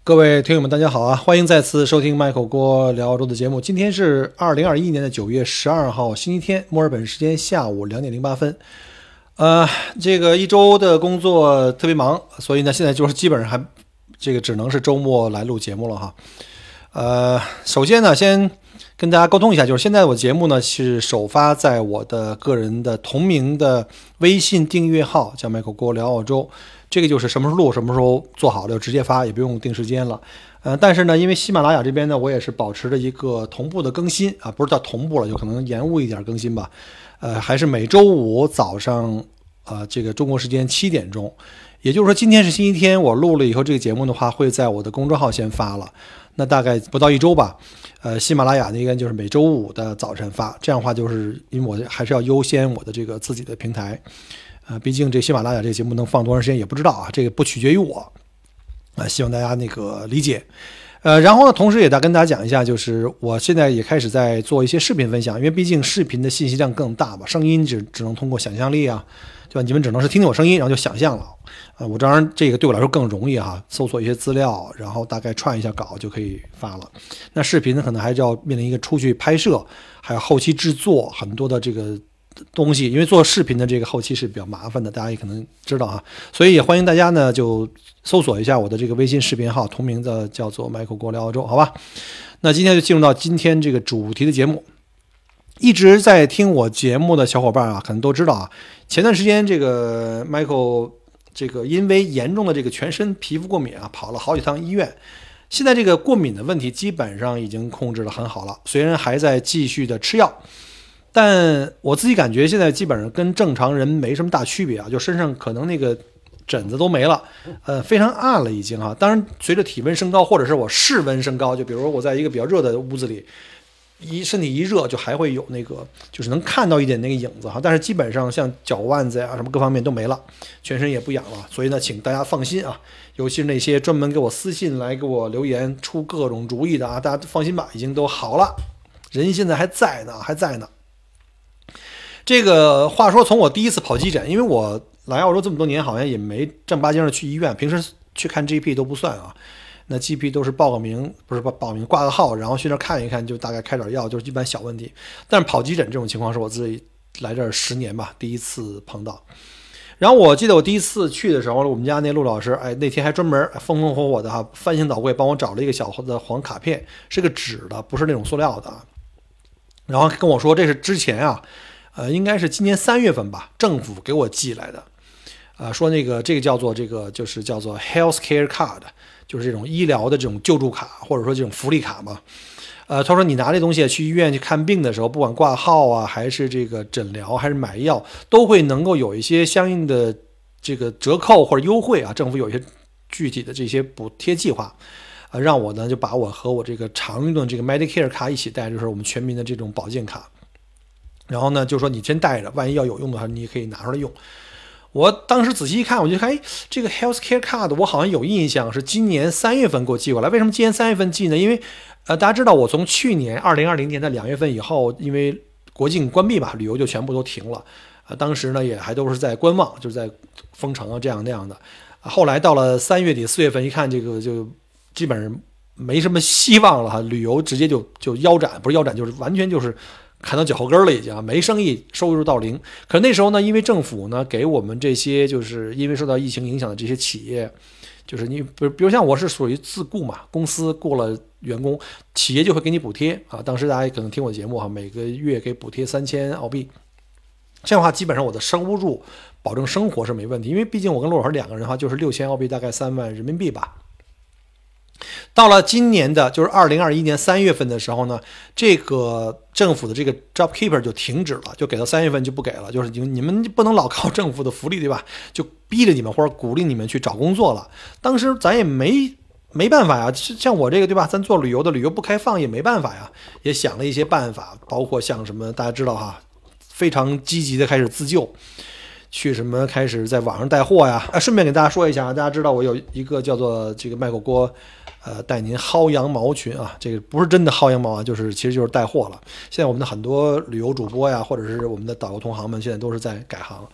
各位听友们大家好啊，欢迎再次收听麦口锅聊澳洲的节目。今天是2021年的9月12号星期天，墨尔本时间下午2点08分。这个一周的工作特别忙，所以呢现在就是基本上还只能是周末来录节目了哈。首先呢先跟大家沟通一下，就是现在我节目呢是首发在我的个人的同名的微信订阅号，叫麦口锅聊澳洲。这个就是什么时候录什么时候做好了就直接发，也不用定时间了。但是呢因为喜马拉雅这边呢我也是保持着一个同步的更新啊，不是叫同步了，就可能延误一点更新吧。还是每周五早上这个中国时间7点钟，也就是说今天是星期天，我录了以后这个节目的话会在我的公众号先发了，那大概不到一周吧。喜马拉雅那个就是每周五的早晨发，这样的话就是因为我还是要优先我的这个自己的平台。毕竟这喜马拉雅这个节目能放多长时间也不知道啊，这个不取决于我。希望大家理解。然后呢，同时也跟大家讲一下，就是我现在也开始在做一些视频分享，因为毕竟视频的信息量更大吧，声音只能通过想象力啊，对吧？你们只能是听听我声音，然后就想象了。我当然这个对我来说更容易哈，搜索一些资料，然后大概串一下稿就可以发了。那视频呢，可能还是要面临一个出去拍摄，还有后期制作很多的这个东西，因为做视频的这个后期是比较麻烦的，大家也可能知道哈，所以也欢迎大家呢就搜索一下我的这个微信视频号，同名的叫做麦口锅聊澳洲，好吧？那今天就进入到今天这个主题的节目。一直在听我节目的小伙伴啊，可能都知道啊，前段时间这个 Michael 这个因为严重的这个全身皮肤过敏啊，跑了好几趟医院。现在这个过敏的问题基本上已经控制得很好了，虽然还在继续的吃药。但我自己感觉现在基本上跟正常人没什么大区别啊，就身上可能那个疹子都没了，非常暗了已经啊。当然随着体温升高，或者是我室温升高，就比如我在一个比较热的屋子里，身体一热就还会有就是能看到一点那个影子哈。但是基本上像脚腕子呀什么各方面都没了，全身也不痒了。所以呢，请大家放心啊，尤其是那些专门给我私信来给我留言出各种主意的啊，大家放心吧，已经都好了，人现在还在呢。这个话说，从我第一次跑急诊，因为我来澳洲这么多年，好像也没正八经的去医院，平时去看 GP 都不算啊。那 GP 都是报个名，不是报名挂个号，然后去那看一看，就大概开点药，就是一般小问题。但是跑急诊这种情况是我自己来这儿10年吧，第一次碰到。然后我记得我第一次去的时候，我们家那陆老师，那天还专门风风火火的翻箱倒柜帮我找了一个小的黄卡片，是个纸的，不是那种塑料的。然后跟我说这是之前啊。应该是今年3月份吧，政府给我寄来的，说这个叫做就是叫做 healthcare card， 就是这种医疗的这种救助卡，或者说这种福利卡嘛。他说你拿这东西去医院去看病的时候，不管挂号啊，还是这个诊疗，还是买药，都会能够有一些相应的这个折扣或者优惠啊，政府有一些具体的这些补贴计划。让我呢就把我和我这个常用的这个 Medicare 卡一起带，就是我们全民的这种保健卡。然后呢就说你先带着，万一要有用的话你也可以拿出来用。我当时仔细一看，我就看这个 healthcare card 我好像有印象是今年3月份给我寄过来。为什么今年3月份寄呢？因为大家知道我从去年2020年的2月份以后，因为国境关闭嘛，旅游就全部都停了。当时呢也还都是在观望，就是在封城啊这样那样的。后来到了3月底4月份一看，这个就基本上没什么希望了哈，旅游直接就腰斩，不是腰斩就是完全就是看到脚后跟了已经，没生意，收入到0。可是那时候呢，因为政府呢给我们这些就是因为受到疫情影响的这些企业，就是你比如像我是属于自雇嘛，公司雇了员工，企业就会给你补贴啊。当时大家可能听我节目哈，每个月给补贴3000澳币，这样的话基本上我的收入保证生活是没问题，因为毕竟我跟陆老师2个人的话就是6000澳币，大概3万人民币吧。到了今年的就是2021年3月份的时候呢，这个政府的这个 JobKeeper 就停止了，就给到3月份就不给了，就是你们不能老靠政府的福利，对吧？就逼着你们或者鼓励你们去找工作了。当时咱也没办法呀，像我这个对吧，咱做旅游的，旅游不开放也没办法呀，也想了一些办法，包括像什么大家知道哈，非常积极的开始自救。去什么开始在网上带货呀？顺便给大家说一下，大家知道我有一个叫做这个麦口锅，带您薅羊毛群啊，这个不是真的薅羊毛啊，其实就是带货了。现在我们的很多旅游主播呀，或者是我们的导游同行们，现在都是在改行，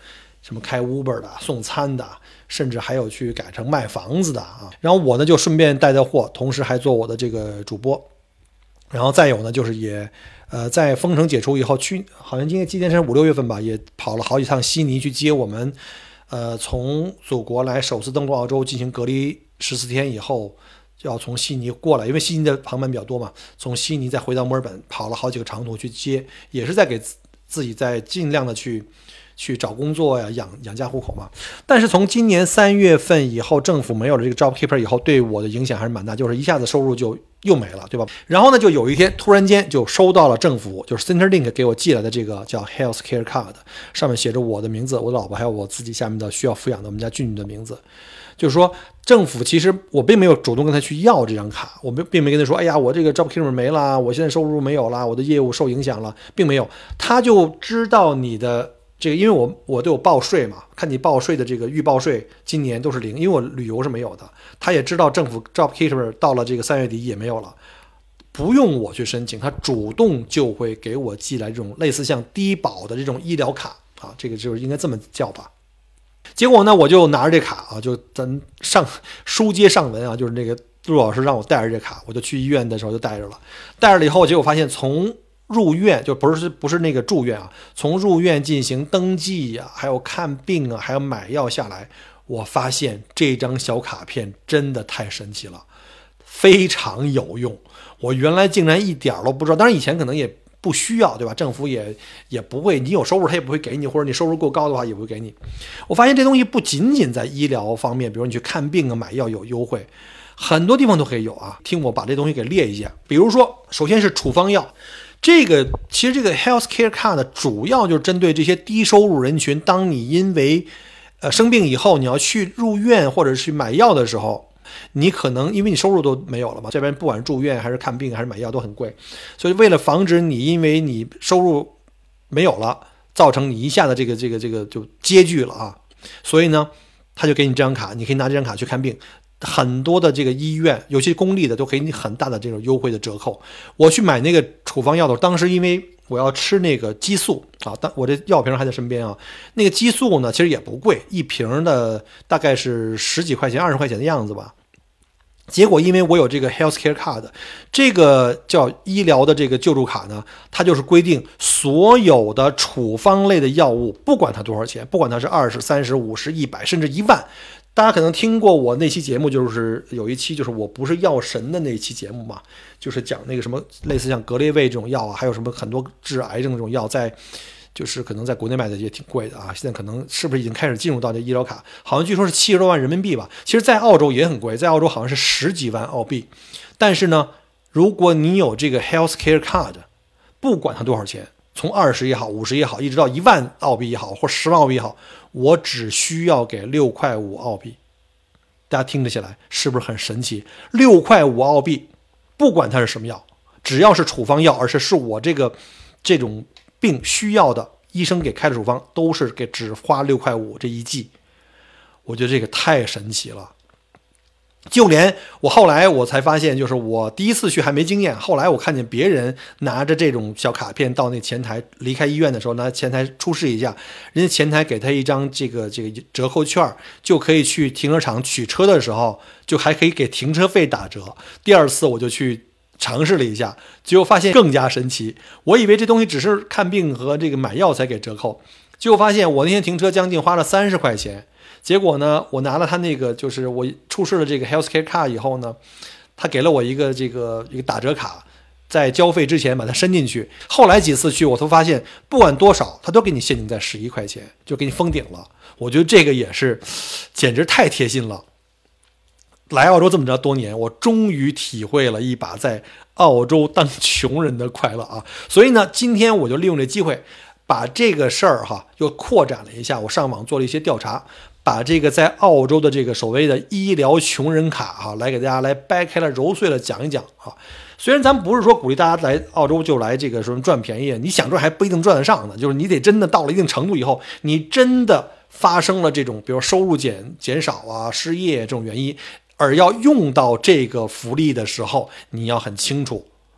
什么开 Uber 的、送餐的，甚至还有去改成卖房子的啊。然后我呢就顺便带货，同时还做我的这个主播。然后再有呢，就是也在封城解除以后，好像今年是5、6月份吧，也跑了好几趟悉尼去接我们从祖国来首次登陆澳洲进行隔离14天以后，就要从悉尼过来，因为悉尼的航班比较多嘛，从悉尼再回到墨尔本，跑了好几个长途去接，也是在给自己在尽量的去找工作呀，养家糊口嘛。但是从今年3月份以后，政府没有了这个 JobKeeper 以后，对我的影响还是蛮大，就是一下子收入就又没了，对吧？然后呢，就有一天突然间就收到了政府就是 Centrelink 给我寄来的这个叫 Healthcare Card， 上面写着我的名字、我的老婆还有我自己下面的需要抚养的我们家俊俊的名字。就是说政府其实我并没有主动跟他去要这张卡，我并没跟他说，哎呀，我这个 JobKeeper 没了，我现在收入没有了，我的业务受影响了，并没有。他就知道你的这个，因为我都有报税嘛，看你报税的这个预报税今年都是0，因为我旅游是没有的。他也知道政府 JobKeeper 到了这个3月底也没有了，不用我去申请，他主动就会给我寄来这种类似像低保的这种医疗卡啊，这个就是应该这么叫吧。结果呢，我就拿着这卡啊，就咱书接上文啊，就是那个陆老师让我带着这卡，我就去医院的时候就带着了。带着了以后，结果发现从入院就不是那个住院啊，从入院进行登记啊，还有看病啊，还有买药下来，我发现这张小卡片真的太神奇了，非常有用。我原来竟然一点都不知道，当然以前可能也不需要，对吧？政府也不会，你有收入他也不会给你，或者你收入够高的话也不会给你。我发现这东西不仅仅在医疗方面，比如你去看病啊、买药有优惠，很多地方都可以有啊。听我把这东西给列一下，比如说，首先是处方药，其实这个 Healthcare Card 主要就是针对这些低收入人群，当你因为生病以后你要去入院或者是买药的时候。你可能因为你收入都没有了嘛，这边不管住院还是看病还是买药都很贵，所以为了防止你因为你收入没有了，造成你一下子这个就拮据了啊，所以呢，他就给你这张卡，你可以拿这张卡去看病。很多的这个医院，尤其公立的，都给你很大的这种优惠的折扣。我去买那个处方药的，当时因为我要吃那个激素啊，我这药瓶还在身边啊。那个激素呢，其实也不贵，一瓶的大概是10几块钱、20块钱的样子吧。结果因为我有这个 Healthcare Card， 这个叫医疗的这个救助卡呢，它就是规定所有的处方类的药物，不管它多少钱，不管它是20、30、50、100，甚至1万。大家可能听过我那期节目，就是有一期就是我不是药神的那一期节目嘛，就是讲那个什么类似像格列卫这种药啊，还有什么很多治癌症这种药，就是可能在国内卖的也挺贵的啊。现在可能是不是已经开始进入到这医疗卡？好像据说是70多万人民币吧。其实，在澳洲也很贵，在澳洲好像是10几万澳币。但是呢，如果你有这个 Healthcare Card， 不管它多少钱，从20也好、50也好，一直到1万澳币也好，或10万澳币也好，我只需要给6块5澳币。大家听着起来是不是很神奇？6块5澳币，不管它是什么药，只要是处方药，而且是我这种病需要的，医生给开的处方，都是只花6块5这一剂。我觉得这个太神奇了。就连后来我才发现，就是我第一次去还没经验，后来我看见别人拿着这种小卡片到那前台，离开医院的时候拿前台出示一下，人家前台给他一张这个折扣券，就可以去停车场取车的时候，就还可以给停车费打折。第二次我就去尝试了一下，结果发现更加神奇。我以为这东西只是看病和这个买药才给折扣，结果发现我那天停车将近花了30块钱。结果呢，我拿了他那个，就是我出示了这个 Healthcare Card 以后呢，他给了我一个打折卡，在交费之前把它伸进去。后来几次去，我都发现不管多少，他都给你限定在11块钱，就给你封顶了。我觉得这个也是，简直太贴心了。来澳洲这么着多年，我终于体会了一把在澳洲当穷人的快乐啊！所以呢，今天我就利用这机会，把这个事儿又扩展了一下。我上网做了一些调查，把这个在澳洲的这个所谓的医疗穷人卡来给大家来掰开了揉碎了讲一讲啊。虽然咱们不是说鼓励大家来澳洲就来这个什么赚便宜，你想赚还不一定赚得上呢。就是你得真的到了一定程度以后，你真的发生了这种比如收入减少啊、失业这种原因，而要用到这个福利的时候，你要很清楚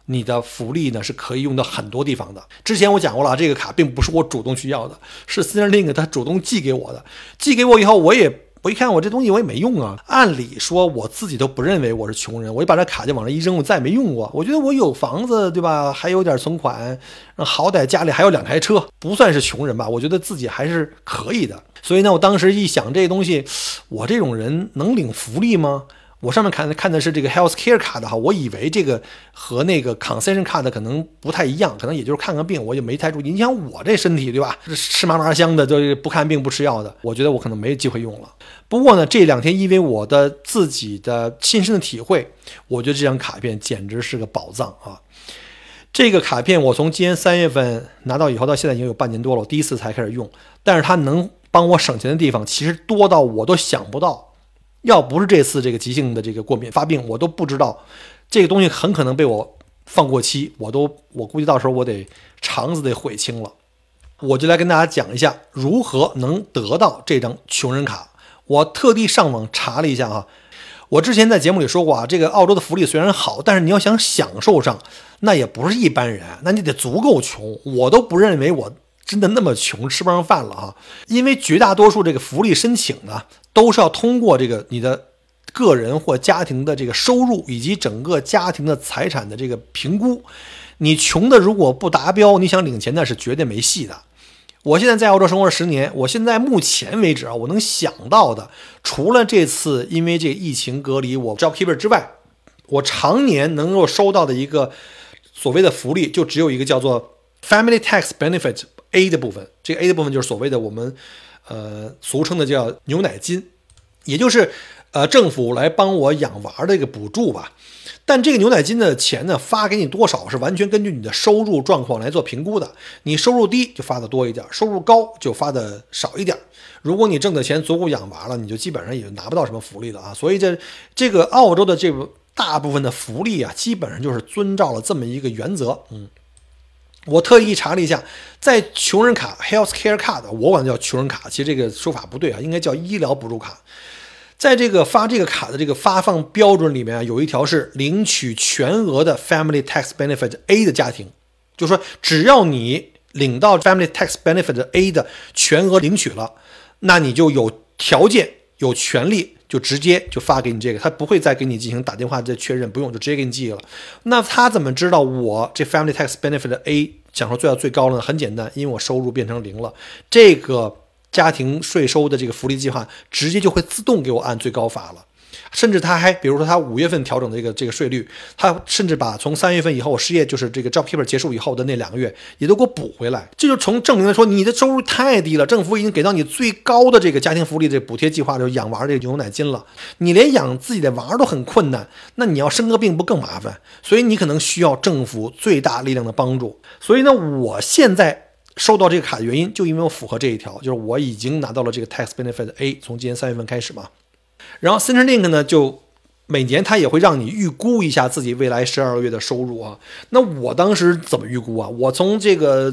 你的福利呢是可以用到很多地方的。之前我讲过了，这个卡并不是我主动去要的，是 Centerlink 他主动寄给我的。寄给我以后，我一看我这东西我也没用啊。按理说我自己都不认为我是穷人，我就把这卡就往这一扔，我再也没用过。我觉得我有房子，对吧？还有点存款，好歹家里还有2台车，不算是穷人吧？我觉得自己还是可以的。所以呢，我当时一想这东西，我这种人能领福利吗？我上面看的是这个 healthcare card 哈，我以为这个和那个 concession card 可能不太一样，可能也就是看个病，我就没太注意。你想我这身体对吧，吃嘛嘛香的，就不看病不吃药的，我觉得我可能没机会用了。不过呢，这2天因为我的自己的亲身的体会，我觉得这张卡片简直是个宝藏啊！这个卡片我从今年3月份拿到以后到现在已经有半年多了，我第一次才开始用，但是它能帮我省钱的地方其实多到我都想不到。要不是这次这个急性的这个过敏发病，我都不知道这个东西很可能被我放过期，我估计到时候我得肠子得悔青了。我就来跟大家讲一下如何能得到这张穷人卡。我特地上网查了一下啊，我之前在节目里说过啊，这个澳洲的福利虽然好，但是你要想享受上，那也不是一般人，那你得足够穷。我都不认为我真的那么穷，吃不上饭了哈。因为绝大多数这个福利申请呢，都是要通过这个你的个人或家庭的这个收入以及整个家庭的财产的这个评估。你穷的如果不达标，你想领钱那是绝对没戏的。我现在在澳洲生活了10年，我现在目前为止啊，我能想到的，除了这次因为这个疫情隔离我 JobKeeper 之外，我常年能够收到的一个所谓的福利，就只有一个叫做 Family Tax Benefit A 的部分。这个 A 的部分就是所谓的我们俗称的叫牛奶金，也就是政府来帮我养娃的一个补助吧。但这个牛奶金的钱呢，发给你多少是完全根据你的收入状况来做评估的。你收入低就发的多一点，收入高就发的少一点。如果你挣的钱足够养娃了，你就基本上也拿不到什么福利了啊。所以这个澳洲的这个大部分的福利啊，基本上就是遵照了这么一个原则。我特意查了一下，在穷人卡 Healthcare Card， 我管它叫穷人卡，其实这个说法不对啊，应该叫医疗补助卡。在这个发这个卡的这个发放标准里面啊，有一条是领取全额的 Family Tax Benefit A 的家庭，就是说只要你领到 Family Tax Benefit A 的全额领取了，那你就有条件有权利就直接就发给你这个，他不会再给你进行打电话再确认，不用就直接给你寄了。那他怎么知道我这 Family Tax Benefit A 享受最高了呢？很简单，因为我收入变成0了，这个家庭税收的这个福利计划直接就会自动给我按最高发了。甚至他还比如说他5月份调整的这个税率，他甚至把从3月份以后我失业就是这个 JobKeeper 结束以后的那2个月也都给我补回来。这就从证明了说你的收入太低了，政府已经给到你最高的这个家庭福利的补贴计划，就是养娃这个牛奶金了。你连养自己的娃都很困难，那你要生个病不更麻烦？所以你可能需要政府最大力量的帮助。所以呢，我现在收到这个卡的原因就因为我符合这一条，就是我已经拿到了这个 Tax Benefit A， 从今年3月份开始嘛。然后 Centerlink 呢，就每年它也会让你预估一下自己未来12个月的收入啊。那我当时怎么预估啊？我从这个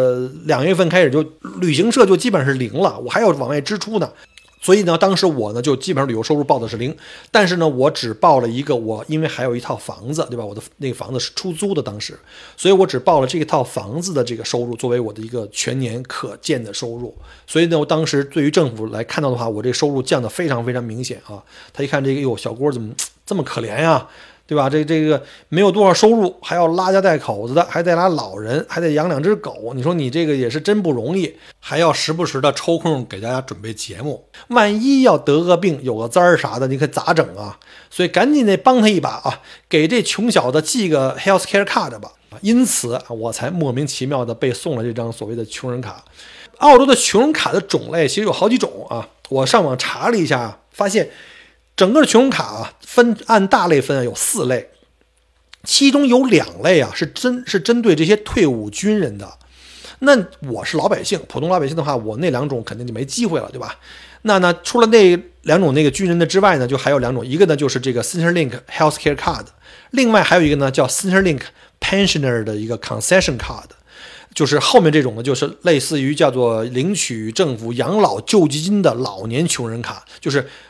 2月份开始就旅行社就基本上是0了，我还要往外支出呢。所以呢，当时我呢就基本上旅游收入报的是0，但是呢，我只报了一个，我因为还有一套房子，对吧？我的那个房子是出租的，当时，所以我只报了这一套房子的这个收入作为我的一个全年可见的收入。所以呢，我当时对于政府来看到的话，我这收入降得非常非常明显啊。他一看这个，哟，小郭怎么这么可怜呀？对吧？这个没有多少收入，还要拉家带口子的，还带俩老人，还得养2只狗。你说你这个也是真不容易，还要时不时的抽空给大家准备节目。万一要得个病，有个灾儿啥的，你可咋整啊？所以赶紧得帮他一把啊，给这穷小子寄个 Healthcare Card 吧。因此我才莫名其妙的被送了这张所谓的穷人卡。澳洲的穷人卡的种类其实有好几种啊，我上网查了一下，发现整个的穷人卡啊，按大类分有4类，其中有2类啊是针对这些退伍军人的。那我是老百姓，普通老百姓的话，我那2种肯定就没机会了，对吧？那除了那2种那个军人的之外呢，就还有2种，一个呢就是这个 Centerlink Healthcare Card， 另外还有一个呢叫 Centerlink Pensioner 的一个 Concession Card， 就是后面这种呢就是类似于叫做领取政府养老救济金的老年穷人卡，就是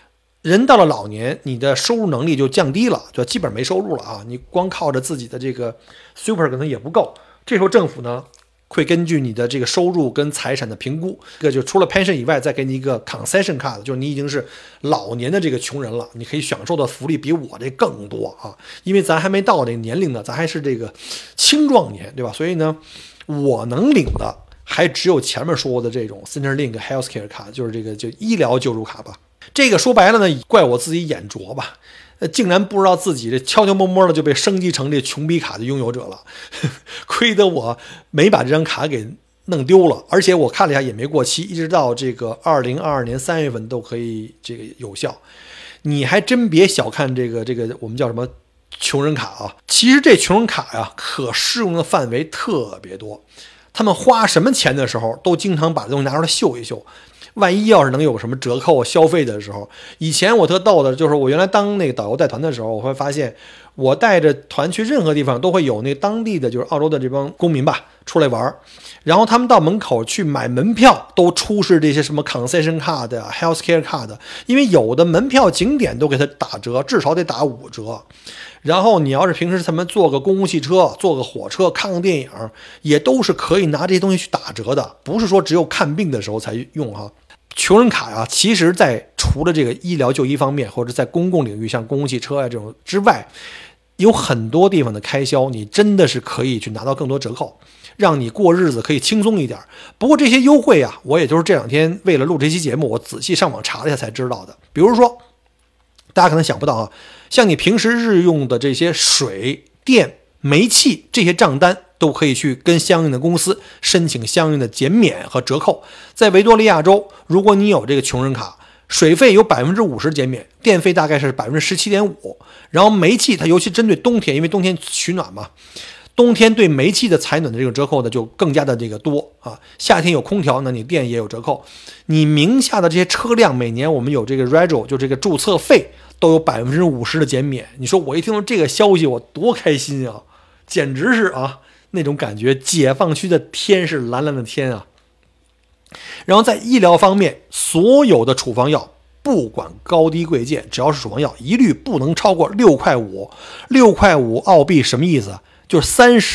人到了老年，你的收入能力就降低了，就基本没收入了啊！你光靠着自己的这个 super 可能也不够。这时候政府呢会根据你的这个收入跟财产的评估，这个就除了 pension 以外，再给你一个 concession card， 就是你已经是老年的这个穷人了，你可以享受的福利比我这更多啊！因为咱还没到这个年龄呢，咱还是这个青壮年，对吧？所以呢，我能领的还只有前面说的这种 Centerlink Healthcare 卡，就是这个就医疗救助卡吧。这个说白了呢，怪我自己眼拙吧，竟然不知道自己这悄悄摸摸的就被升级成这穷逼卡的拥有者了，亏得我没把这张卡给弄丢了，而且我看了一下也没过期，一直到这个2022年3月份都可以这个有效。你还真别小看这个我们叫什么穷人卡啊，其实这穷人卡呀，可适用的范围特别多，他们花什么钱的时候都经常把东西拿出来秀一秀。万一要是能有什么折扣消费的时候，以前我特逗的就是我原来当那个导游带团的时候，我会发现我带着团去任何地方都会有那个当地的就是澳洲的这帮公民吧出来玩，然后他们到门口去买门票都出示这些什么 concession card healthcare card， 因为有的门票景点都给他打折，至少得打5折。然后你要是平时他们坐个公共汽车坐个火车看个电影，也都是可以拿这些东西去打折的，不是说只有看病的时候才用哈。穷人卡啊，其实在除了这个医疗就医方面，或者在公共领域像公共汽车啊这种之外，有很多地方的开销你真的是可以去拿到更多折扣，让你过日子可以轻松一点。不过这些优惠啊，我也就是这两天为了录这期节目，我仔细上网查了一下才知道的。比如说大家可能想不到啊，像你平时日用的这些水电煤气这些账单都可以去跟相应的公司申请相应的减免和折扣。在维多利亚州，如果你有这个穷人卡，水费有 50% 减免，电费大概是 17.5%， 然后煤气它尤其针对冬天，因为冬天取暖嘛，冬天对煤气的采暖的这个折扣呢就更加的这个多啊。夏天有空调，那你电也有折扣。你名下的这些车辆，每年我们有这个 Regio， 就这个注册费都有 50% 的减免。你说我一听到这个消息我多开心啊，简直是啊那种感觉，解放区的天是蓝蓝的天啊。然后在医疗方面，所有的处方药不管高低贵贱，只要是处方药一律不能超过6块5。6块5澳币什么意思？就是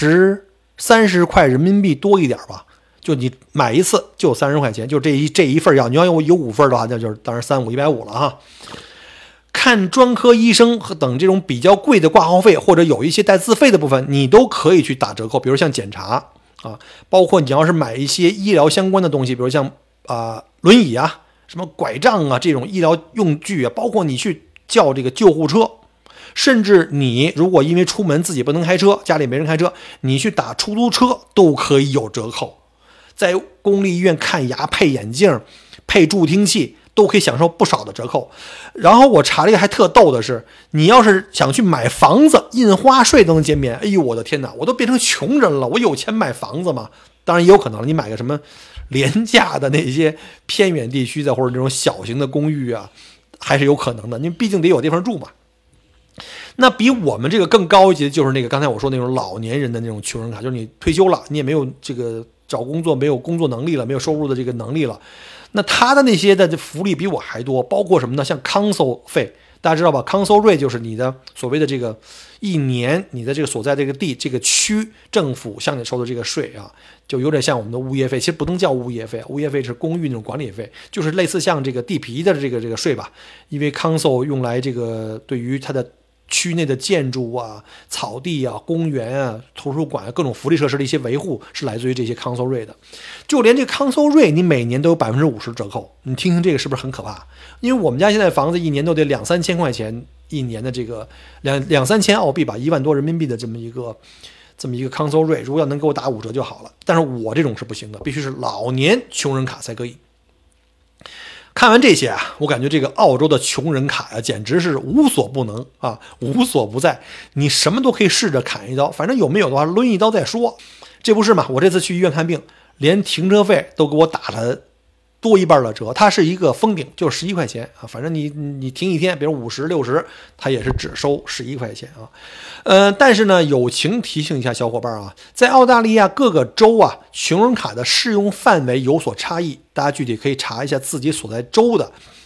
30块人民币多一点吧，就你买一次就30块钱，就这一份药，你要有5份的话，那就是当然3、5、150了哈。看专科医生和等这种比较贵的挂号费，或者有一些带自费的部分，你都可以去打折扣。比如像检查啊，包括你要是买一些医疗相关的东西，比如像轮椅啊、什么拐杖啊这种医疗用具啊，包括你去叫这个救护车，甚至你如果因为出门自己不能开车，家里没人开车，你去打出租车都可以有折扣。在公立医院看牙配眼镜、配助听器都可以享受不少的折扣。然后我查了一个还特逗的是，你要是想去买房子，印花税都能减免。哎呦我的天哪，我都变成穷人了，我有钱买房子吗？当然也有可能，你买个什么廉价的那些偏远地区的或者这种小型的公寓啊，还是有可能的，你毕竟得有地方住嘛。那比我们这个更高一级的就是那个刚才我说那种老年人的那种穷人卡，就是你退休了，你也没有这个找工作，没有工作能力了，没有收入的这个能力了，那他的那些的福利比我还多，包括什么呢？像 council 费，大家知道吧 ？council rate 就是你的所谓的这个一年你的这个所在这个地这个区政府向你收的这个税啊，就有点像我们的物业费，其实不能叫物业费，物业费是公寓那种管理费，就是类似像这个地皮的这个税吧。因为 council 用来这个对于它的区内的建筑啊、草地啊、公园啊、图书馆啊各种福利设施的一些维护是来自于这些 council rate 的。就连这个 council rate 你每年都有 50% 折扣，你听听这个是不是很可怕？因为我们家现在房子一年都得2-3千块钱一年的这个2-3千澳币吧，1万多人民币的这么一个 council rate， 如果要能给我打5折就好了。但是我这种是不行的，必须是老年穷人卡才可以。看完这些啊，我感觉这个澳洲的穷人卡呀，简直是无所不能啊，无所不在。你什么都可以试着砍一刀，反正有没有的话抡一刀再说。这不是嘛？我这次去医院看病，连停车费都给我打了多一半的折。它是一个封顶，就11块钱啊，反正你停一天，比如50、60，它也是只收11块钱啊。但是呢，友情提醒一下小伙伴啊，在澳大利亚各个州啊，穷人卡的适用范围有所差异，大家具体可以查一下自己所在州的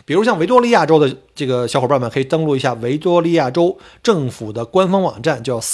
比如像维多利亚州的这个小伙伴们可以登录一下维多利亚州政府的官方网站，叫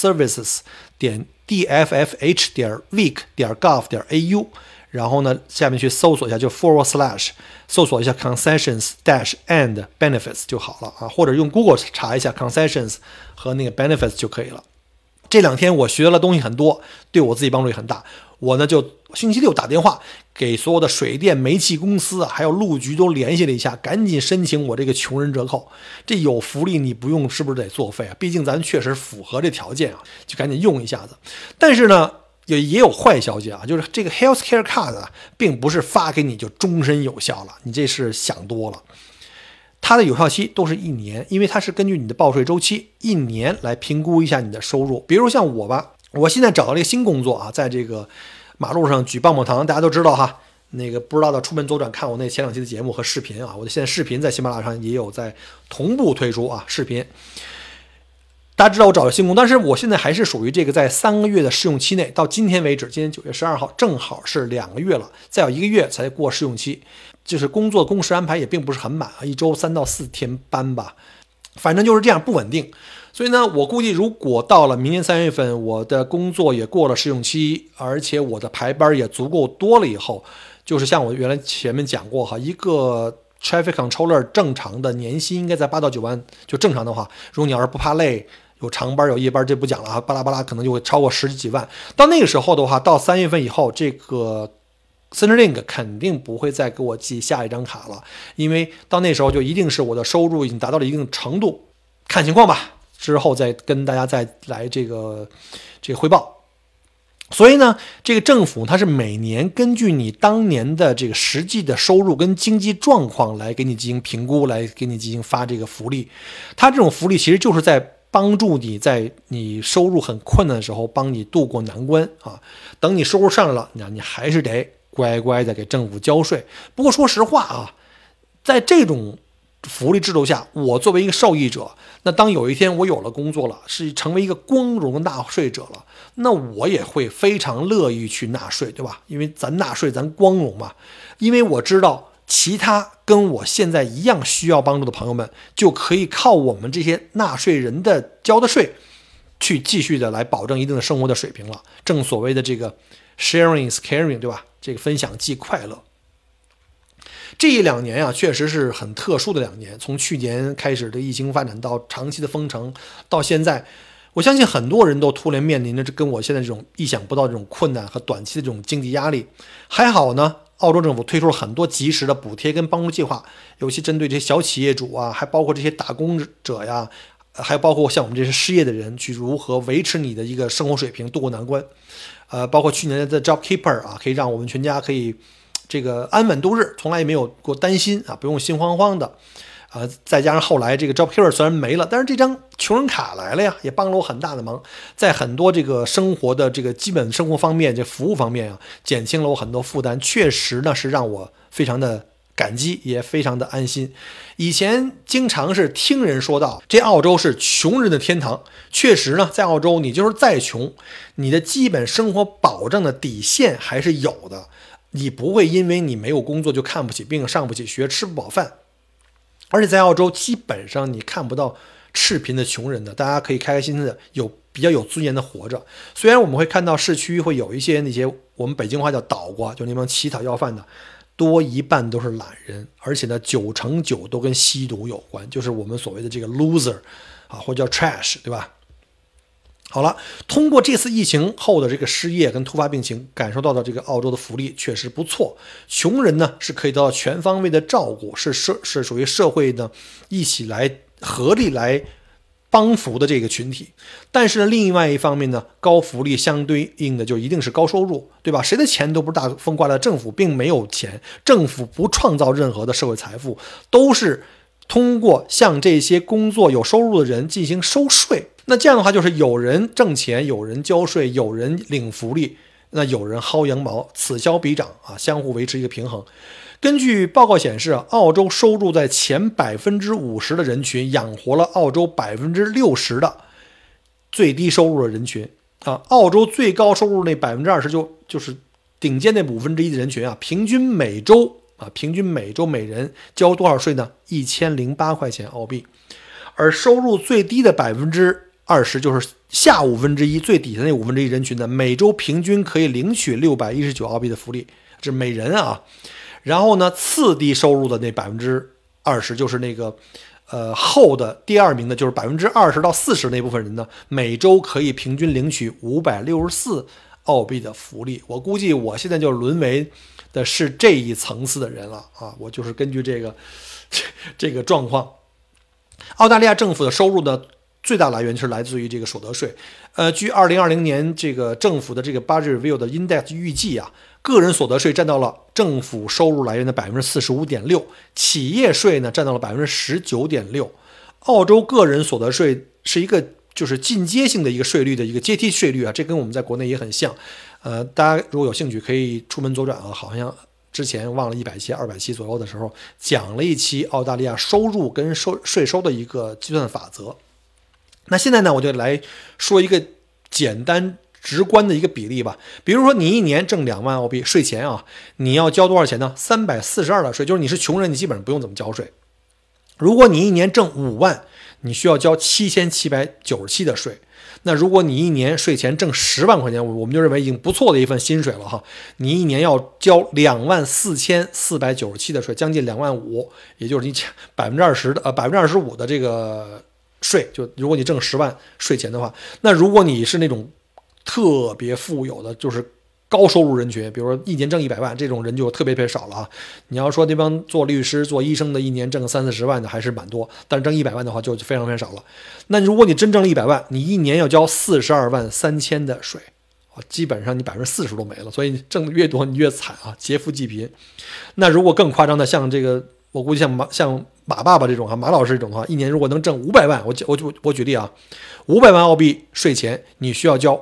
services.dffh.vic.gov.au， 然后呢下面去搜索一下，就 / 搜索一下 concessions and benefits 就好了啊，或者用 Google 查一下 concessions 和那个 benefits 就可以了。这2天我学了东西很多，对我自己帮助也很大。我呢就星期六打电话给所有的水电煤气公司还有路局都联系了一下，赶紧申请我这个穷人折扣。这有福利你不用是不是得作废啊？毕竟咱确实符合这条件啊，就赶紧用一下子。但是呢也有坏消息啊，就是这个 healthcare card 啊，并不是发给你就终身有效了，你这是想多了。它的有效期都是1年，因为它是根据你的报税周期1年来评估一下你的收入。比如像我吧，我现在找到了一个新工作啊，在这个马路上举棒棒糖，大家都知道哈。那个不知道的出门左转看我那前2期的节目和视频啊，我的现在视频在喜马拉雅上也有在同步推出啊，视频。大家知道我找了新工，但是我现在还是属于这个在3个月的试用期内，到今天为止，今天9月12号正好是2个月了，再有1个月才过试用期。就是工作工时安排也并不是很满啊，1周3到4天班吧，反正就是这样不稳定。所以呢，我估计如果到了明年3月份，我的工作也过了试用期，而且我的排班也足够多了以后，就是像我原来前面讲过哈，一个 traffic controller 正常的年薪应该在8到9万，就正常的话，如果你要是不怕累，有长班有夜班这不讲了啊，巴拉巴拉可能就会超过10几万。到那个时候的话，到3月份以后，这个Centrelink 肯定不会再给我寄下一张卡了，因为到那时候就一定是我的收入已经达到了一定程度，看情况吧，之后再跟大家再来这个汇报。所以呢，这个政府它是每年根据你当年的这个实际的收入跟经济状况来给你进行评估，来给你进行发这个福利。它这种福利其实就是在帮助你在你收入很困难的时候帮你渡过难关啊。等你收入上来了，你还是得乖乖的给政府交税。不过说实话啊，在这种福利制度下，我作为一个受益者，那当有一天我有了工作了，是成为一个光荣的纳税者了，那我也会非常乐意去纳税，对吧？因为咱纳税咱光荣嘛。因为我知道其他跟我现在一样需要帮助的朋友们，就可以靠我们这些纳税人的交的税去继续的来保证一定的生活的水平了。正所谓的这个 sharing is caring， 对吧？这个分享即快乐。这1-2年啊，确实是很特殊的2年。从去年开始的疫情发展到长期的封城，到现在，我相信很多人都突然面临着跟我现在这种意想不到这种困难和短期的这种经济压力。还好呢，澳洲政府推出了很多及时的补贴跟帮助计划，尤其针对这些小企业主啊，还包括这些打工者呀，还包括像我们这些失业的人，去如何维持你的一个生活水平，渡过难关。包括去年的 JobKeeper 啊，可以让我们全家可以这个安稳度日，从来也没有过担心啊，不用心慌慌的。再加上后来这个 JobKeeper 虽然没了，但是这张穷人卡来了呀，也帮了我很大的忙，在很多这个生活的这个基本生活方面，这服务方面啊，减轻了我很多负担，确实呢是让我非常的感激，也非常的安心。以前经常是听人说到这澳洲是穷人的天堂，确实呢，在澳洲你就是再穷，你的基本生活保障的底线还是有的，你不会因为你没有工作就看不起病、上不起学、吃不饱饭。而且在澳洲基本上你看不到赤贫的穷人的，大家可以开开心心的比较有尊严的活着。虽然我们会看到市区会有一些那些我们北京话叫倒瓜，就那帮乞讨要饭的，多一半都是懒人，而且呢9成9都跟吸毒有关，就是我们所谓的这个 loser 啊，或者叫 trash， 对吧？好了，通过这次疫情后的这个失业跟突发病情，感受到的这个澳洲的福利确实不错。穷人呢是可以得到全方位的照顾，是属于社会呢一起来合力来帮扶的这个群体。但是呢，另外一方面呢，高福利相对应的就一定是高收入，对吧？谁的钱都不是大风刮来的，政府并没有钱，政府不创造任何的社会财富，都是通过向这些工作有收入的人进行收税。那这样的话，就是有人挣钱，有人交税，有人领福利，那有人薅羊毛，此消彼长啊，相互维持一个平衡。根据报告显示，澳洲收入在前50%的人群养活了澳洲60%的最低收入的人群啊。澳洲最高收入那20%就是顶尖那1/5的人群啊，平均每周啊，平均每周每人交多少税呢？1008块钱澳币。而收入最低的20%，就是下1/5，最底下那1/5人群呢，每周平均可以领取619澳币的福利，这是每人啊。然后呢，次低收入的那20%，就是那个后的第2名的，就是20%到40%那部分人呢，每周可以平均领取564澳币的福利。我估计我现在就沦为的是这一层次的人了啊！我就是根据这个状况。澳大利亚政府的收入的最大来源是来自于这个所得税。据2020年这个政府的这个 Budget Review 的 Index 预计啊，个人所得税占到了政府收入来源的 45.6%， 企业税呢占到了 19.6%。澳洲个人所得税是一个就是进阶性的一个税率的一个阶梯税率啊，这跟我们在国内也很像。大家如果有兴趣可以出门左转啊，好像之前忘了100期、200期左右的时候讲了一期澳大利亚收入跟税收的一个计算法则。那现在呢，我就来说一个简单直观的一个比例吧。比如说你一年挣2万澳币，税前啊，你要交多少钱呢？342的税，就是你是穷人，你基本上不用怎么交税。如果你一年挣5万，你需要交7797的税。那如果你一年税前挣10万块钱，我们就认为已经不错的一份薪水了哈。你一年要交24497的税，将近2万5，也就是你25%的这个税。就如果你挣10万税前的话，那如果你是那种特别富有的，就是高收入人群，比如说一年挣100万，这种人就特别少了啊。你要说那帮做律师、做医生的，一年挣30-40万的还是蛮多，但是挣100万的话就非常少了。那如果你真挣了100万，你一年要交42万3000的税，基本上你40%都没了。所以你挣的越多，你越惨啊，劫富济贫。那如果更夸张的，像这个，我估计像马爸爸这种啊，马老师这种的话，一年如果能挣500万，我举例啊，500万澳币税前，你需要交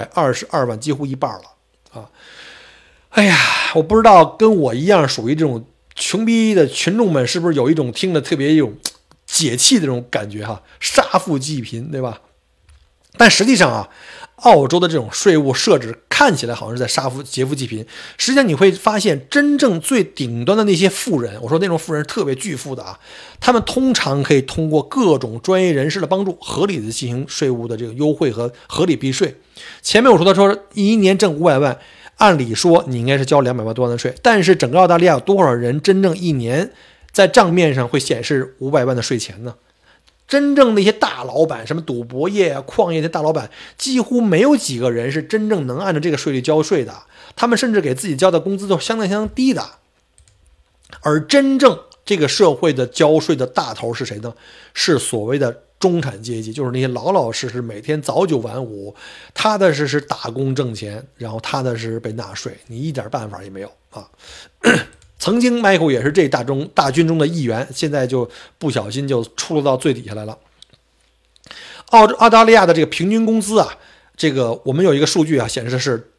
222万，几乎一半了。哎呀，我不知道跟我一样属于这种穷逼的群众们是不是有一种听着特别有解气的这种感觉哈，杀富济贫，对吧？但实际上啊，澳洲的这种税务设置看起来好像是在劫富济贫，实际上你会发现，真正最顶端的那些富人，我说那种富人特别巨富的啊，他们通常可以通过各种专业人士的帮助，合理的进行税务的这个优惠和合理避税。前面我说一年挣500万。按理说你应该是交200万多万的税，但是整个澳大利亚有多少人真正一年在账面上会显示500万的税钱呢？真正那些大老板，什么赌博业啊、矿业的大老板，几乎没有几个人是真正能按照这个税率交税的。他们甚至给自己交的工资都相当低的。而真正这个社会的交税的大头是谁呢？是所谓的中产阶级，就是那些老实每天早9晚5，踏踏实实打工挣钱，然后踏踏实实被纳税，你一点办法也没有啊。曾经 Michael 也是这大军中的一员，现在就不小心就出落到最底下来了。澳大利亚的这个平均工资啊，这个我们有一个数据啊，显示是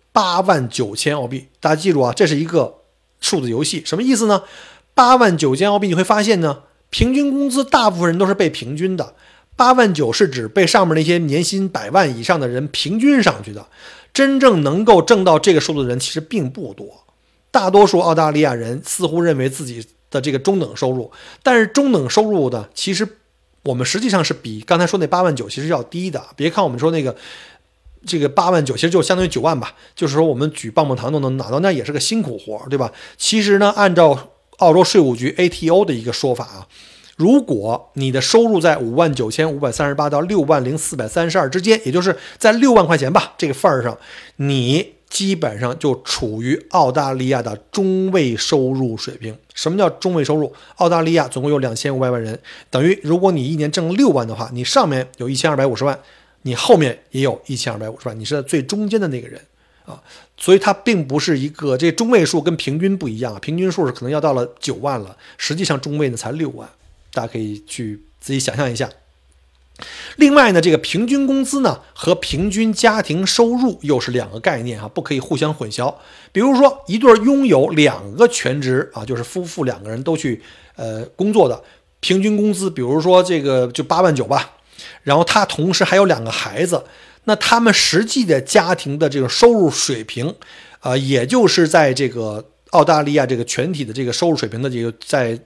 89000澳币。大家记住啊，这是一个数字游戏，什么意思呢？89000澳币，你会发现呢，平均工资大部分人都是被平均的。89000是指被上面那些年薪100万以上的人平均上去的，真正能够挣到这个数字的人其实并不多。大多数澳大利亚人似乎认为自己的这个中等收入，但是中等收入的其实我们实际上是比刚才说那89000其实要低的。别看我们说这个89000其实就相当于9万吧，就是说我们举棒棒糖都能拿到，那也是个辛苦活，对吧？其实呢，按照澳洲税务局 ATO 的一个说法啊，如果你的收入在59538到60432之间，也就是在6万块钱吧这个份儿上，你基本上就处于澳大利亚的中位收入水平。什么叫中位收入？澳大利亚总共有2500万人，等于如果你一年挣6万的话，你上面有1250万，你后面也有1250万，你是在最中间的那个人啊。所以它并不是一个，这中位数跟平均不一样啊，平均数是可能要到了9万了，实际上中位呢才6万，大家可以去自己想象一下。另外呢，这个平均工资呢和平均家庭收入又是两个概念啊，不可以互相混淆。比如说一对拥有2个全职啊，就是夫妇2个人都去工作的，平均工资比如说这个就89000吧，然后他同时还有2个孩子，那他们实际的家庭的这种收入水平也就是在这个澳大利亚这个全体的这个收入水平的这个在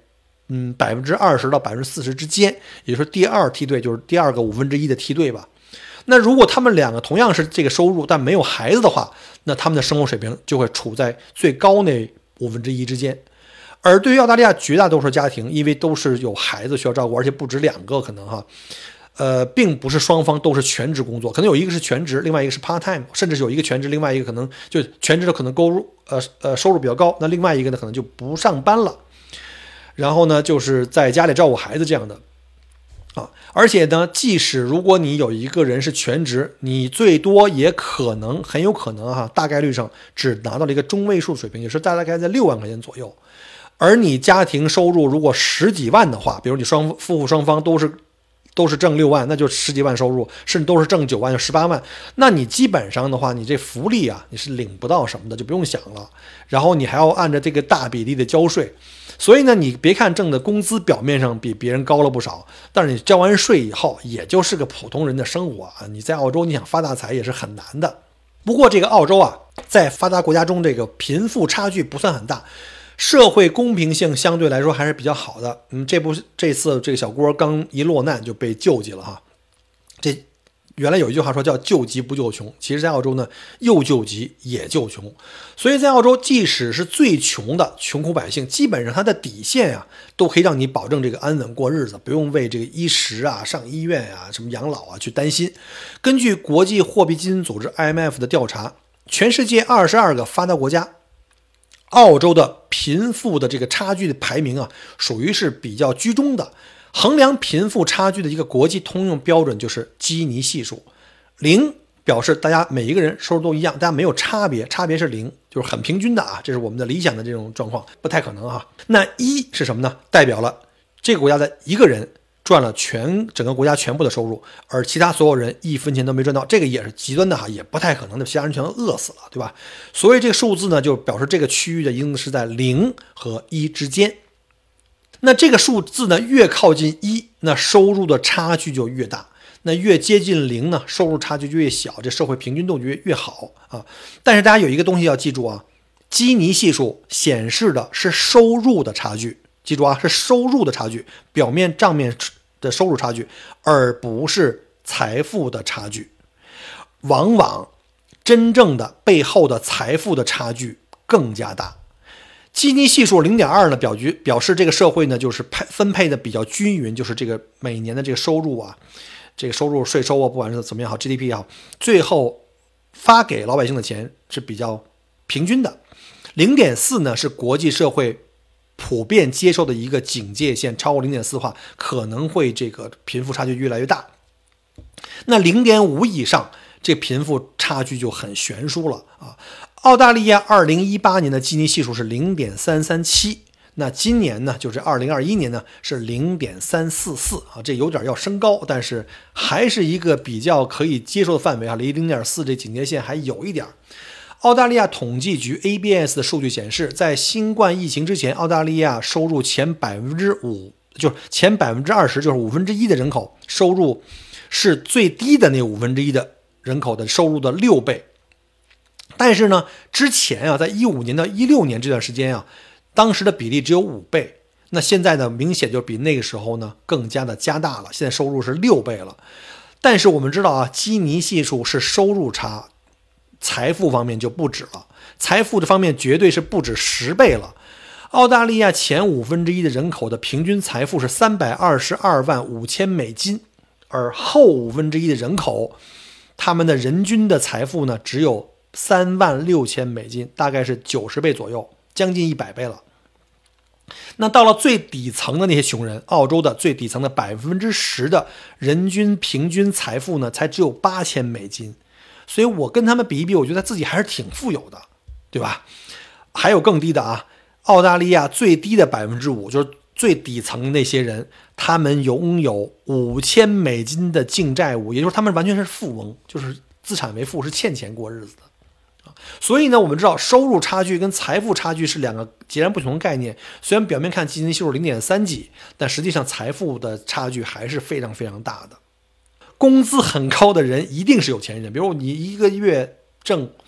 20%到40%之间，也就是第二梯队，就是第二个1/5的梯队吧。那如果他们两个同样是这个收入，但没有孩子的话，那他们的生活水平就会处在最高那1/5之间。而对于澳大利亚绝大多数家庭，因为都是有孩子需要照顾，而且不止2个，可能并不是双方都是全职工作，可能有一个是全职，另外一个是 part time， 甚至是有一个全职，另外一个可能就全职的可能收入比较高，那另外一个呢可能就不上班了，然后呢就是在家里照顾孩子这样的而且呢，即使如果你有一个人是全职，你最多也可能很有可能大概率上只拿到了一个中位数水平，也是大概在6万块钱左右。而你家庭收入如果10几万的话，比如你夫妇双方都是挣6万，那就10几万收入，甚至都是挣9万就18万，那你基本上的话，你这福利你是领不到什么的，就不用想了。然后你还要按照这个大比例的交税，所以呢，你别看挣的工资表面上比别人高了不少，但是你交完税以后，也就是个普通人的生活你在澳洲你想发大财也是很难的。不过这个澳洲在发达国家中，这个贫富差距不算很大。社会公平性相对来说还是比较好的。这次这个小郭刚一落难就被救济了这原来有一句话说叫救急不救穷，其实在澳洲呢，又救急也救穷。所以在澳洲，即使是最穷的穷苦百姓，基本上他的底线都可以让你保证这个安稳过日子，不用为这个衣食上医院什么养老去担心。根据国际货币基金组织 IMF 的调查，全世界22个发达国家，澳洲的贫富的这个差距的排名属于是比较居中的。衡量贫富差距的一个国际通用标准就是基尼系数，0表示大家每一个人收入都一样，大家没有差别，差别是0，就是很平均的这是我们的理想的这种状况，不太可能那1是什么呢？代表了这个国家的一个人赚了整个国家全部的收入，而其他所有人1分钱都没赚到，这个也是极端的也不太可能的，其他人全都饿死了，对吧？所以这个数字呢，就表示这个区域的一定是在0和1之间。那这个数字呢，越靠近1，那收入的差距就越大；那越接近0呢，收入差距就越小，这社会平均度就越好但是大家有一个东西要记住基尼系数显示的是收入的差距，记住是收入的差距，表面账面的收入差距，而不是财富的差距。往往真正的背后的财富的差距更加大。基尼系数 0.2 呢，表示这个社会呢就是分配的比较均匀，就是这个每年的这个收入这个收入税收不管是怎么样好 GDP 也好，最后发给老百姓的钱是比较平均的。0.4 呢是国际社会普遍接受的一个警戒线，超过 0.4 的话可能会这个贫富差距越来越大。那 0.5 以上这贫富差距就很悬殊了澳大利亚2018年的基尼系数是 0.337， 那今年呢，就是2021年呢是 0.344这有点要升高，但是还是一个比较可以接受的范围离 0.4 这警戒线还有一点。澳大利亚统计局 ABS 的数据显示，在新冠疫情之前，澳大利亚收入前 5%， 就是前 20%， 就是1/5的人口收入是最低的那1/5的人口的收入的6倍。但是呢，之前在15年到16年这段时间当时的比例只有5倍。那现在呢，明显就比那个时候呢更加的加大了，现在收入是6倍了。但是我们知道基尼系数是收入差，财富方面就不止了，财富这方面绝对是不止10倍了。澳大利亚前1/5的人口的平均财富是322万5千美金，而后1/5的人口，他们的人均的财富呢只有3万6千美金，大概是90倍左右，将近100倍了。那到了最底层的那些穷人，澳洲的最底层的10%的人均平均财富呢，才只有8000美金。所以我跟他们比一比，我觉得自己还是挺富有的，对吧？还有更低的澳大利亚最低的 5%， 就是最底层的那些人，他们拥有5000美金的净债务，也就是他们完全是富翁，就是资产为负，是欠钱过日子的。所以呢，我们知道收入差距跟财富差距是两个截然不同的概念。虽然表面看基尼系数 0.3 几，但实际上财富的差距还是非常非常大的。工资很高的人一定是有钱人，比如你一个月挣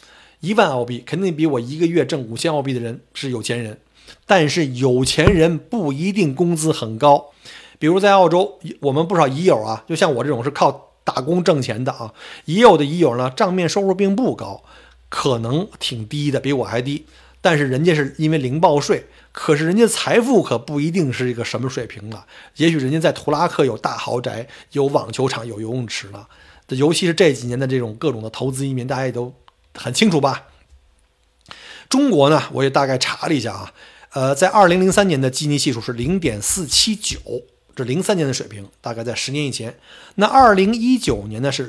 1万澳币肯定比我一个月挣5000澳币的人是有钱人，但是有钱人不一定工资很高。比如在澳洲，我们不少蚁友啊，就像我这种是靠打工挣钱的啊，也有的蚁友呢，账面收入并不高，可能挺低的，比我还低，但是人家是因为零报税，可是人家财富可不一定是一个什么水平了，也许人家在图拉克有大豪宅，有网球场，有游泳池了。尤其是这几年的这种各种的投资移民，大家也都很清楚吧。中国呢，我也大概查了一下啊，在2003年的基尼系数是 0.479， 这03年的水平，大概在10年以前。那2019年呢是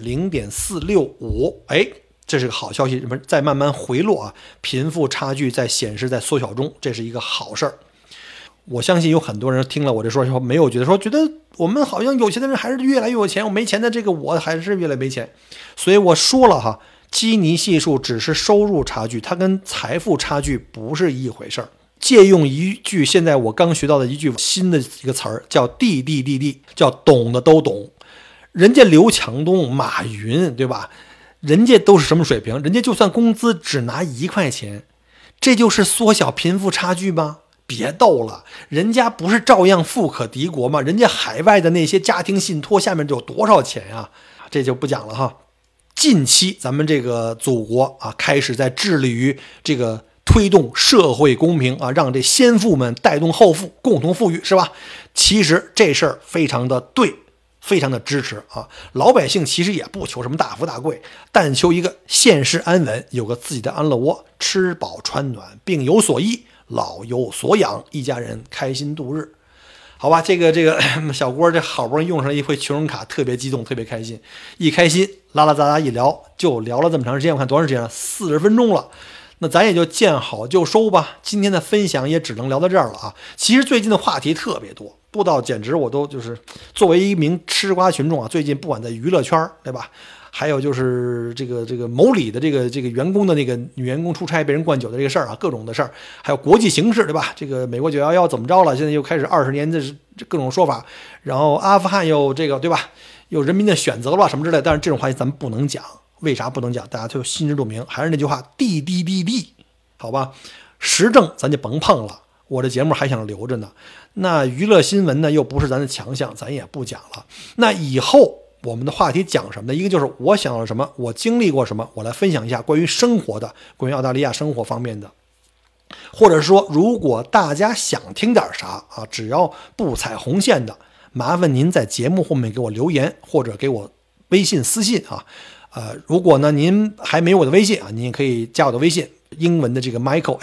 0.465， 这是个好消息，在慢慢回落啊，贫富差距在显示在缩小中，这是一个好事儿。我相信有很多人听了我这说没有觉得我们好像有钱的人还是越来越有钱，我没钱的这个我还是越来越没钱。所以我说了哈，基尼系数只是收入差距，它跟财富差距不是一回事儿。借用一句现在我刚学到的一句新的一个词儿，叫 DDDD， 叫懂的都懂。人家刘强东、马云，对吧？人家都是什么水平？人家就算工资只拿1块钱，这就是缩小贫富差距吗？别逗了，人家不是照样富可敌国吗？人家海外的那些家庭信托下面有多少钱啊？这就不讲了哈。近期咱们这个祖国啊，开始在致力于这个推动社会公平啊，让这先富们带动后富，共同富裕，是吧？其实这事儿非常的对，非常的支持啊。老百姓其实也不求什么大富大贵，但求一个现世安稳，有个自己的安乐窝，吃饱穿暖，病有所医，老有所养，一家人开心度日。好吧，这个小郭这好不容易用上一回穷人卡，特别激动，特别开心，一开心拉拉杂杂一聊，就聊了这么长时间，我看多长时间了，40分钟了。那咱也就见好就收吧，今天的分享也只能聊到这儿了啊。其实最近的话题特别多到简直我都就是作为一名吃瓜群众啊，最近不管在娱乐圈，对吧？还有就是这个某里的这个员工的那个女员工出差被人灌酒的这个事儿啊，各种的事儿，还有国际形势，对吧？这个美国911怎么着了？现在又开始20年的各种说法，然后阿富汗又这个，对吧？有人民的选择了什么之类的，但是这种话题咱们不能讲，为啥不能讲？大家都心知肚明。还是那句话，地，好吧？时政咱就甭碰了，我这节目还想留着呢。那娱乐新闻呢，又不是咱的强项，咱也不讲了。那以后我们的话题讲什么呢？一个就是我想到了什么，我经历过什么，我来分享一下关于生活的，关于澳大利亚生活方面的。或者说如果大家想听点啥啊，只要不踩红线的，麻烦您在节目后面给我留言，或者给我微信私信啊。如果呢您还没有我的微信啊，您也可以加我的微信，英文的这个 Michael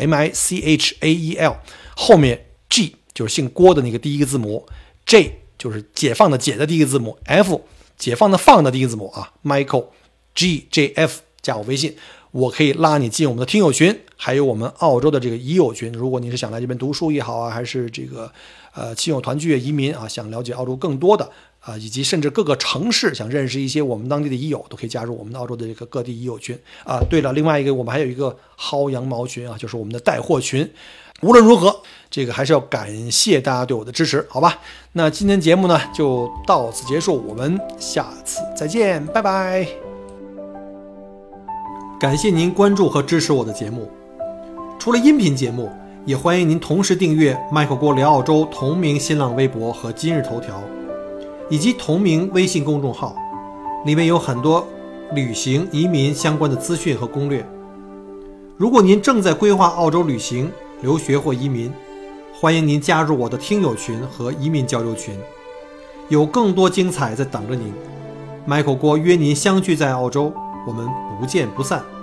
Michael 后面 G 就是姓郭的那个第一个字母， J 就是解放的解的第一个字母， F 解放的放的第一个字母啊 Michael GJF， 加我微信，我可以拉你进我们的听友群，还有我们澳洲的这个蚁友群。如果你是想来这边读书也好啊，还是这个亲友团聚移民啊，想了解澳洲更多的以及甚至各个城市想认识一些我们当地的蚁友，都可以加入我们的澳洲的这个各地蚁友群啊。对了，另外一个我们还有一个薅羊毛群啊，就是我们的带货群。无论如何，这个还是要感谢大家对我的支持，好吧？那今天节目呢就到此结束，我们下次再见，拜拜。感谢您关注和支持我的节目。除了音频节目，也欢迎您同时订阅麦克郭聊澳洲同名新浪微博和今日头条，以及同名微信公众号，里面有很多旅行移民相关的资讯和攻略。如果您正在规划澳洲旅行、留学或移民，欢迎您加入我的听友群和移民交流群，有更多精彩在等着您。Michael郭约您相聚在澳洲，我们不见不散。